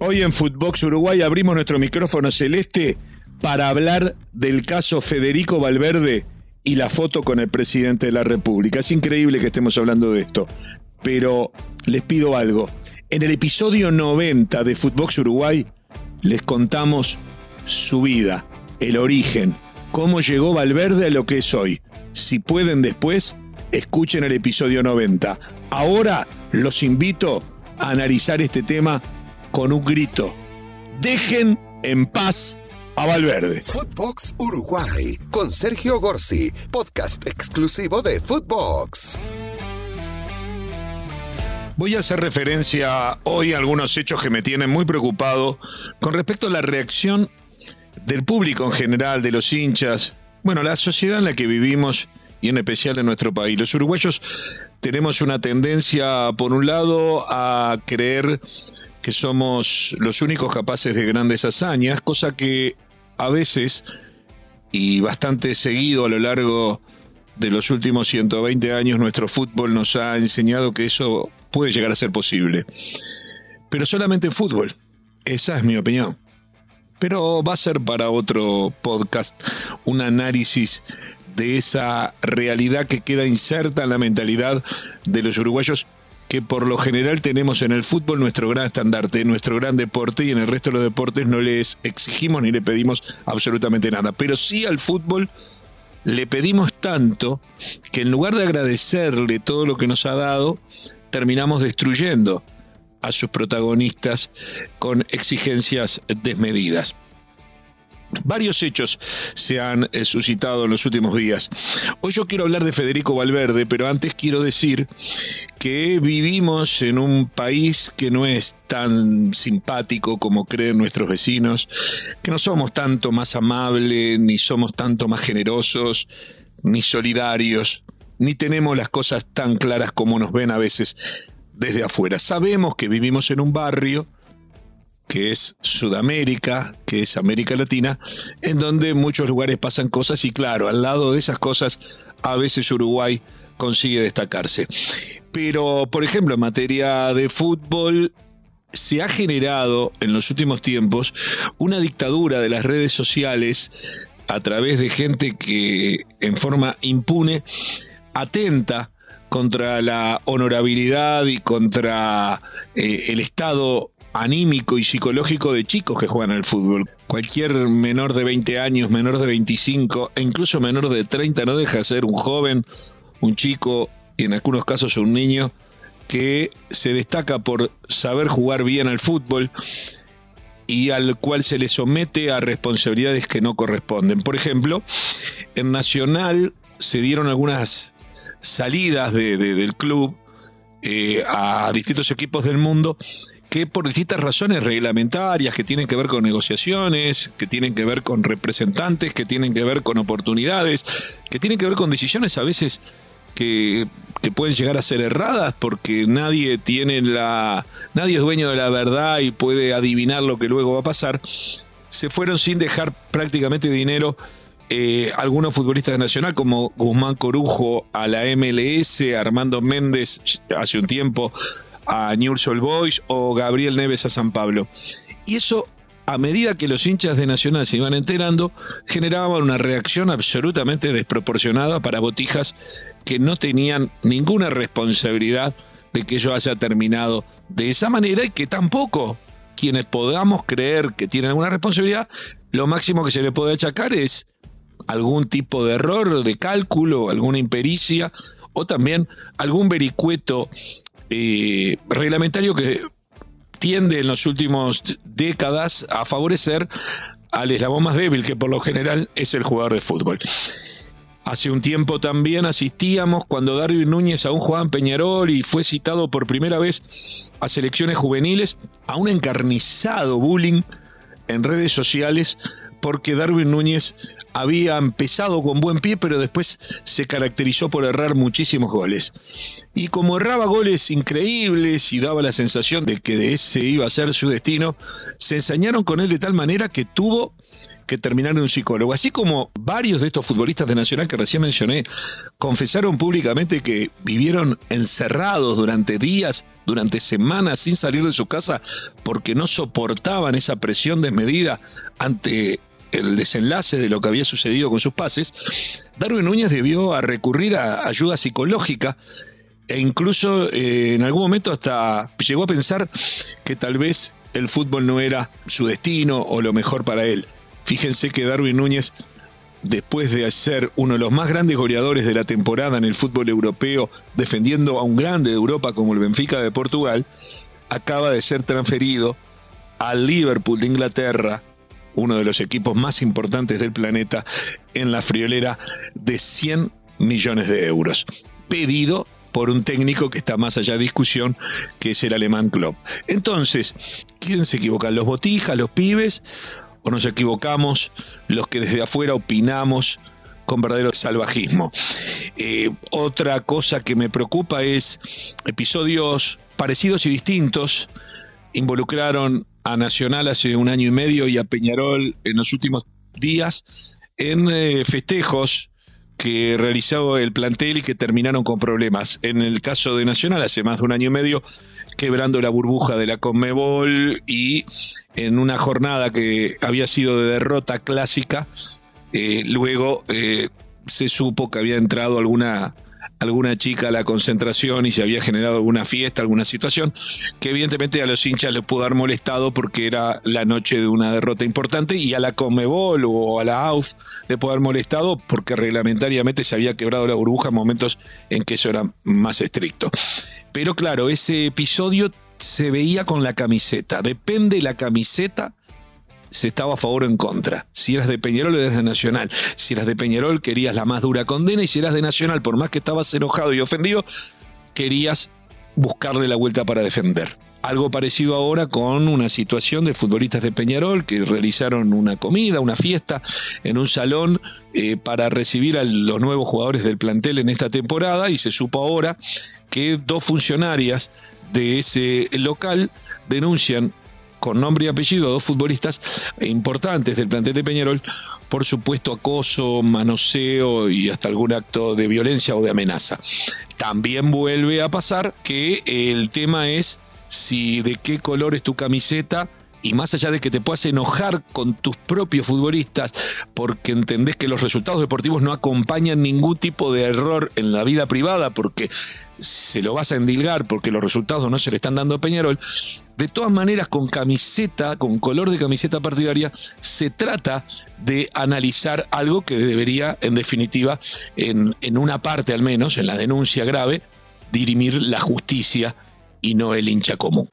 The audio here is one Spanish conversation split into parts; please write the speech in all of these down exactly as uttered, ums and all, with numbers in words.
Hoy en Footbox Uruguay abrimos nuestro micrófono celeste para hablar del caso Federico Valverde y la foto con el presidente de la República. Es increíble que estemos hablando de esto, pero les pido algo. En el episodio noventa de Footbox Uruguay les contamos su vida, el origen, cómo llegó Valverde a lo que es hoy. Si pueden después, escuchen el episodio noventa. Ahora los invito a analizar este tema con un grito: dejen en paz a Valverde. Footbox Uruguay con Sergio Gorsi, podcast exclusivo de Footbox. Voy a hacer referencia hoy a algunos hechos que me tienen muy preocupado con respecto a la reacción del público en general, de los hinchas, bueno, la sociedad en la que vivimos y en especial en nuestro país. Los uruguayos tenemos una tendencia, por un lado, a creer que somos los únicos capaces de grandes hazañas, cosa que a veces, y bastante seguido a lo largo de los últimos ciento veinte años, nuestro fútbol nos ha enseñado que eso puede llegar a ser posible. Pero solamente en fútbol. Esa es mi opinión. Pero va a ser para otro podcast un análisis de esa realidad que queda inserta en la mentalidad de los uruguayos, que por lo general tenemos en el fútbol nuestro gran estandarte, nuestro gran deporte, y en el resto de los deportes no les exigimos ni le pedimos absolutamente nada. Pero sí al fútbol le pedimos tanto que en lugar de agradecerle todo lo que nos ha dado, terminamos destruyendo a sus protagonistas con exigencias desmedidas. Varios hechos se han eh, suscitado en los últimos días. Hoy yo quiero hablar de Federico Valverde, pero antes quiero decir que vivimos en un país que no es tan simpático como creen nuestros vecinos, que no somos tanto más amables, ni somos tanto más generosos, ni solidarios, ni tenemos las cosas tan claras como nos ven a veces desde afuera. Sabemos que vivimos en un barrio que es Sudamérica, que es América Latina, en donde en muchos lugares pasan cosas y claro, al lado de esas cosas a veces Uruguay consigue destacarse. Pero, por ejemplo, en materia de fútbol, se ha generado en los últimos tiempos una dictadura de las redes sociales a través de gente que en forma impune atenta contra la honorabilidad y contra eh, el estado anímico y psicológico de chicos que juegan al fútbol. Cualquier menor de veinte años, menor de veinticinco e incluso menor de treinta no deja de ser un joven, un chico y en algunos casos un niño que se destaca por saber jugar bien al fútbol y al cual se le somete a responsabilidades que no corresponden. Por ejemplo, en Nacional se dieron algunas salidas de, de, del club eh, a distintos equipos del mundo que por distintas razones reglamentarias, que tienen que ver con negociaciones, que tienen que ver con representantes, que tienen que ver con oportunidades, que tienen que ver con decisiones a veces que, que pueden llegar a ser erradas porque nadie tiene la, nadie es dueño de la verdad y puede adivinar lo que luego va a pasar, se fueron sin dejar prácticamente dinero eh, algunos futbolistas de Nacional como Guzmán Corujo a la M L S, Armando Méndez hace un tiempo a Newell's Old Boys o Gabriel Neves a San Pablo. Y eso, a medida que los hinchas de Nacional se iban enterando, generaba una reacción absolutamente desproporcionada para botijas que no tenían ninguna responsabilidad de que ello haya terminado de esa manera y que tampoco quienes podamos creer que tienen alguna responsabilidad, lo máximo que se le puede achacar es algún tipo de error, de cálculo, alguna impericia o también algún vericueto Eh, reglamentario que tiende en las últimas décadas a favorecer al eslabón más débil, que por lo general es el jugador de fútbol. Hace un tiempo también asistíamos cuando Darwin Núñez aún jugaba en Peñarol y fue citado por primera vez a selecciones juveniles a un encarnizado bullying en redes sociales porque Darwin Núñez había empezado con buen pie, pero después se caracterizó por errar muchísimos goles. Y como erraba goles increíbles y daba la sensación de que de ese iba a ser su destino, se ensañaron con él de tal manera que tuvo que terminar en un psicólogo. Así como varios de estos futbolistas de Nacional que recién mencioné confesaron públicamente que vivieron encerrados durante días, durante semanas sin salir de su casa porque no soportaban esa presión desmedida ante el desenlace de lo que había sucedido con sus pases, Darwin Núñez debió a recurrir a ayuda psicológica e incluso eh, en algún momento hasta llegó a pensar que tal vez el fútbol no era su destino o lo mejor para él. Fíjense que Darwin Núñez, después de ser uno de los más grandes goleadores de la temporada en el fútbol europeo, defendiendo a un grande de Europa como el Benfica de Portugal, acaba de ser transferido al Liverpool de Inglaterra, uno de los equipos más importantes del planeta, en la friolera de cien millones de euros, pedido por un técnico que está más allá de discusión, que es el alemán Klopp. Entonces, ¿quién se equivoca? ¿Los botijas, los pibes? ¿O nos equivocamos los que desde afuera opinamos con verdadero salvajismo? Eh, otra cosa que me preocupa es episodios parecidos y distintos involucraron a Nacional hace un año y medio y a Peñarol en los últimos días en eh, festejos que realizó el plantel y que terminaron con problemas. En el caso de Nacional, hace más de un año y medio, quebrando la burbuja de la Conmebol, y en una jornada que había sido de derrota clásica, eh, luego eh, se supo que había entrado alguna, alguna chica a la concentración y se había generado alguna fiesta, alguna situación que evidentemente a los hinchas les pudo haber molestado porque era la noche de una derrota importante, y a la Conmebol o a la A U F le pudo haber molestado porque reglamentariamente se había quebrado la burbuja en momentos en que eso era más estricto. Pero claro, ese episodio se veía con la camiseta. Depende de la camiseta, se estaba a favor o en contra. Si eras de Peñarol, eras de Nacional. Si eras de Peñarol, querías la más dura condena, y si eras de Nacional, por más que estabas enojado y ofendido, querías buscarle la vuelta para defender. Algo parecido ahora con una situación de futbolistas de Peñarol que realizaron una comida, una fiesta en un salón eh, para recibir a los nuevos jugadores del plantel en esta temporada, y se supo ahora que dos funcionarias de ese local denuncian con nombre y apellido a dos futbolistas importantes del plantel de Peñarol por supuesto acoso, manoseo y hasta algún acto de violencia o de amenaza. También vuelve a pasar que el tema es si de qué color es tu camiseta, y más allá de que te puedas enojar con tus propios futbolistas porque entendés que los resultados deportivos no acompañan ningún tipo de error en la vida privada porque se lo vas a endilgar porque los resultados no se le están dando a Peñarol, de todas maneras con camiseta, con color de camiseta partidaria, se trata de analizar algo que debería, en definitiva, en, en una parte al menos, en la denuncia grave, dirimir la justicia y no el hincha común.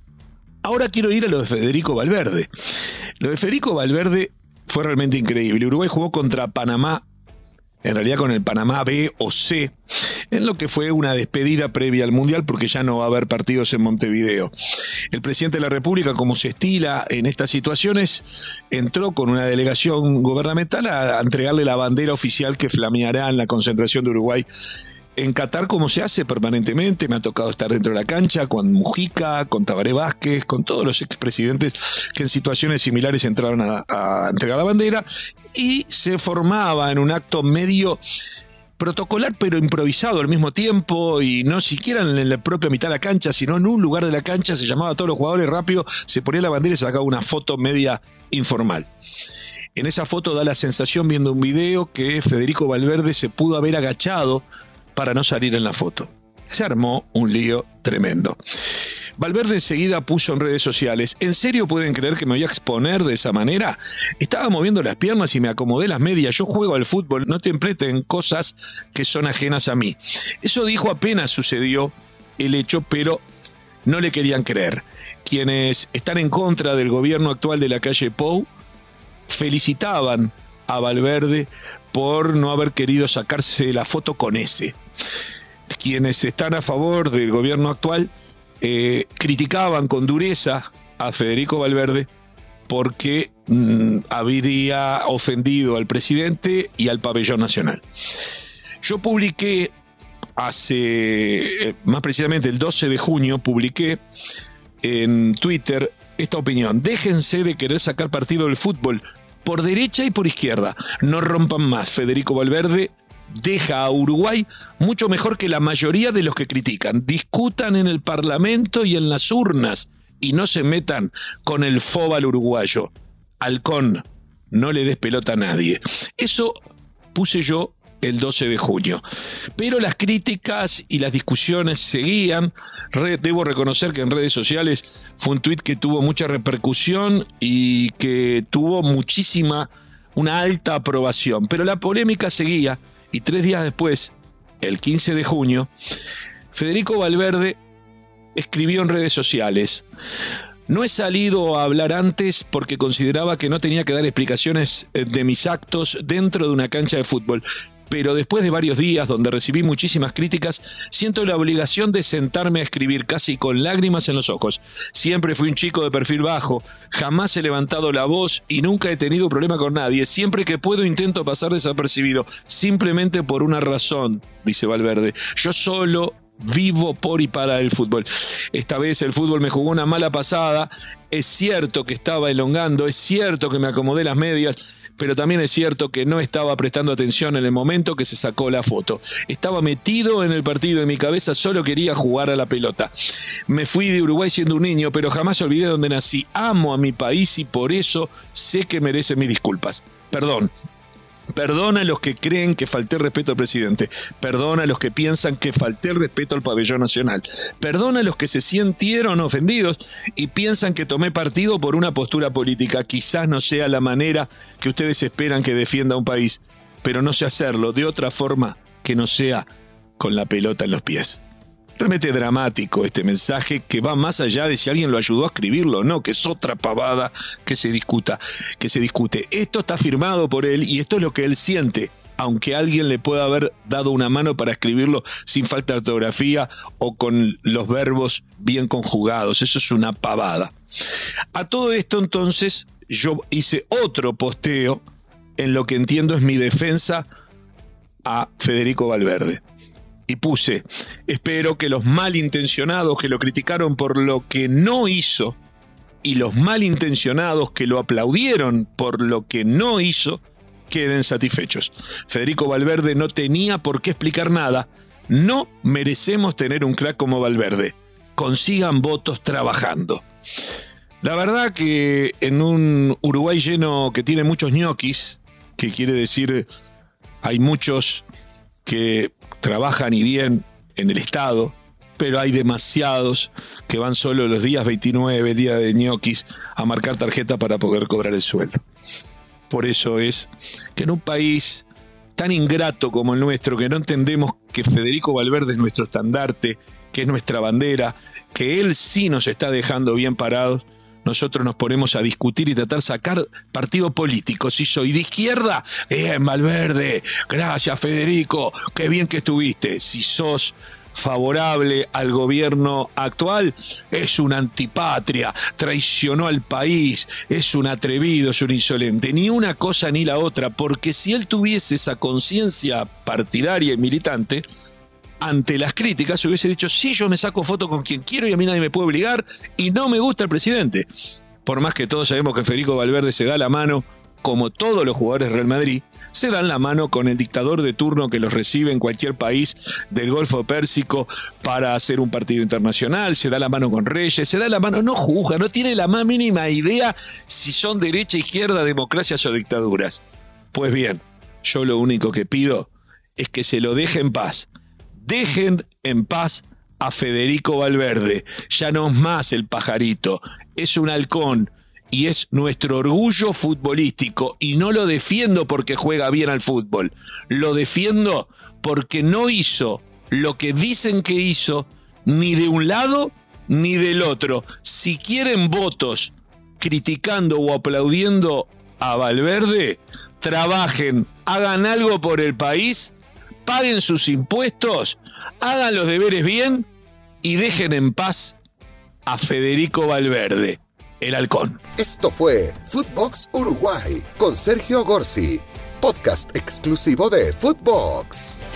Ahora quiero ir a lo de Federico Valverde. Lo de Federico Valverde fue realmente increíble. Uruguay jugó contra Panamá, en realidad con el Panamá B o C, en lo que fue una despedida previa al Mundial porque ya no va a haber partidos en Montevideo. El presidente de la República, como se estila en estas situaciones, entró con una delegación gubernamental a entregarle la bandera oficial que flameará en la concentración de Uruguay en Qatar, como se hace permanentemente. Me ha tocado estar dentro de la cancha con Mujica, con Tabaré Vázquez, con todos los expresidentes que en situaciones similares entraron a, a entregar la bandera, y se formaba en un acto medio protocolar pero improvisado al mismo tiempo, y no siquiera en la propia mitad de la cancha, sino en un lugar de la cancha. Se llamaba a todos los jugadores rápido, se ponía la bandera y se sacaba una foto media informal. En esa foto da la sensación, viendo un video, que Federico Valverde se pudo haber agachado para no salir en la foto. Se armó un lío tremendo. Valverde enseguida puso en redes sociales: ¿en serio pueden creer que me voy a exponer de esa manera? Estaba moviendo las piernas y me acomodé las medias. Yo juego al fútbol, no te empreten cosas que son ajenas a mí. Eso dijo apenas sucedió el hecho, pero no le querían creer. Quienes están en contra del gobierno actual de la calle Pou felicitaban a Valverde por no haber querido sacarse la foto con ese. Quienes están a favor del gobierno actual eh, criticaban con dureza a Federico Valverde porque mmm, habría ofendido al presidente y al pabellón nacional. Yo publiqué hace, más precisamente el doce de junio, publiqué en Twitter esta opinión: déjense de querer sacar partido del fútbol, por derecha y por izquierda. No rompan más. Federico Valverde deja a Uruguay mucho mejor que la mayoría de los que critican. Discutan en el Parlamento y en las urnas y no se metan con el fóbal uruguayo. Halcón, no le des pelota a nadie. Eso puse yo el doce de junio. Pero las críticas y las discusiones seguían. Re, debo reconocer que en redes sociales fue un tuit que tuvo mucha repercusión y que tuvo muchísima, una alta aprobación. Pero la polémica seguía y tres días después, el quince de junio, Federico Valverde escribió en redes sociales: no he salido a hablar antes porque consideraba que no tenía que dar explicaciones de mis actos dentro de una cancha de fútbol. Pero después de varios días donde recibí muchísimas críticas, siento la obligación de sentarme a escribir casi con lágrimas en los ojos. Siempre fui un chico de perfil bajo, jamás he levantado la voz y nunca he tenido problema con nadie. Siempre que puedo intento pasar desapercibido, simplemente por una razón, dice Valverde. Yo solo vivo por y para el fútbol. Esta vez el fútbol me jugó una mala pasada. Es cierto que estaba elongando, es cierto que me acomodé las medias, pero también es cierto que no estaba prestando atención en el momento que se sacó la foto. Estaba metido en el partido y mi cabeza solo quería jugar a la pelota. Me fui de Uruguay siendo un niño, pero jamás olvidé dónde nací. Amo a mi país y por eso sé que merece mis disculpas. Perdón. Perdona a los que creen que falté el respeto al presidente. Perdona a los que piensan que falté el respeto al pabellón nacional. Perdona a los que se sintieron ofendidos y piensan que tomé partido por una postura política. Quizás no sea la manera que ustedes esperan que defienda un país, pero no sé hacerlo de otra forma que no sea con la pelota en los pies. Realmente dramático este mensaje que va más allá de si alguien lo ayudó a escribirlo o no, que es otra pavada que se discuta, que se discute. Esto está firmado por él y esto es lo que él siente, aunque alguien le pueda haber dado una mano para escribirlo sin falta de ortografía o con los verbos bien conjugados. Eso es una pavada. A todo esto entonces yo hice otro posteo en lo que entiendo es mi defensa a Federico Valverde. Y puse: espero que los malintencionados que lo criticaron por lo que no hizo y los malintencionados que lo aplaudieron por lo que no hizo queden satisfechos. Federico Valverde no tenía por qué explicar nada. No merecemos tener un crack como Valverde. Consigan votos trabajando. La verdad que en un Uruguay lleno que tiene muchos ñoquis, que quiere decir hay muchos que trabajan y bien en el Estado, pero hay demasiados que van solo los días veintinueve, día de ñoquis, a marcar tarjeta para poder cobrar el sueldo. Por eso es que en un país tan ingrato como el nuestro, que no entendemos que Federico Valverde es nuestro estandarte, que es nuestra bandera, que él sí nos está dejando bien parados, nosotros nos ponemos a discutir y tratar de sacar partido político. Si soy de izquierda, bien, Valverde, gracias Federico, qué bien que estuviste. Si sos favorable al gobierno actual, es un antipatria, traicionó al país, es un atrevido, es un insolente. Ni una cosa ni la otra, porque si él tuviese esa conciencia partidaria y militante, ante las críticas se hubiese dicho: sí, yo me saco foto con quien quiero y a mí nadie me puede obligar y no me gusta el presidente. Por más que todos sabemos que Federico Valverde se da la mano, como todos los jugadores del Real Madrid, se dan la mano con el dictador de turno que los recibe en cualquier país del Golfo Pérsico para hacer un partido internacional, se da la mano con Reyes, se da la mano, no juzga, no tiene la más mínima idea si son derecha, izquierda, democracias o dictaduras. Pues bien, yo lo único que pido es que se lo deje en paz. Dejen en paz a Federico Valverde. Ya no es más el pajarito, es un halcón y es nuestro orgullo futbolístico. Y no lo defiendo porque juega bien al fútbol, lo defiendo porque no hizo lo que dicen que hizo, ni de un lado ni del otro. Si quieren votos criticando o aplaudiendo a Valverde, trabajen, hagan algo por el país, paguen sus impuestos, hagan los deberes bien y dejen en paz a Federico Valverde, el halcón. Esto fue Footbox Uruguay con Sergio Gorsi, podcast exclusivo de Footbox.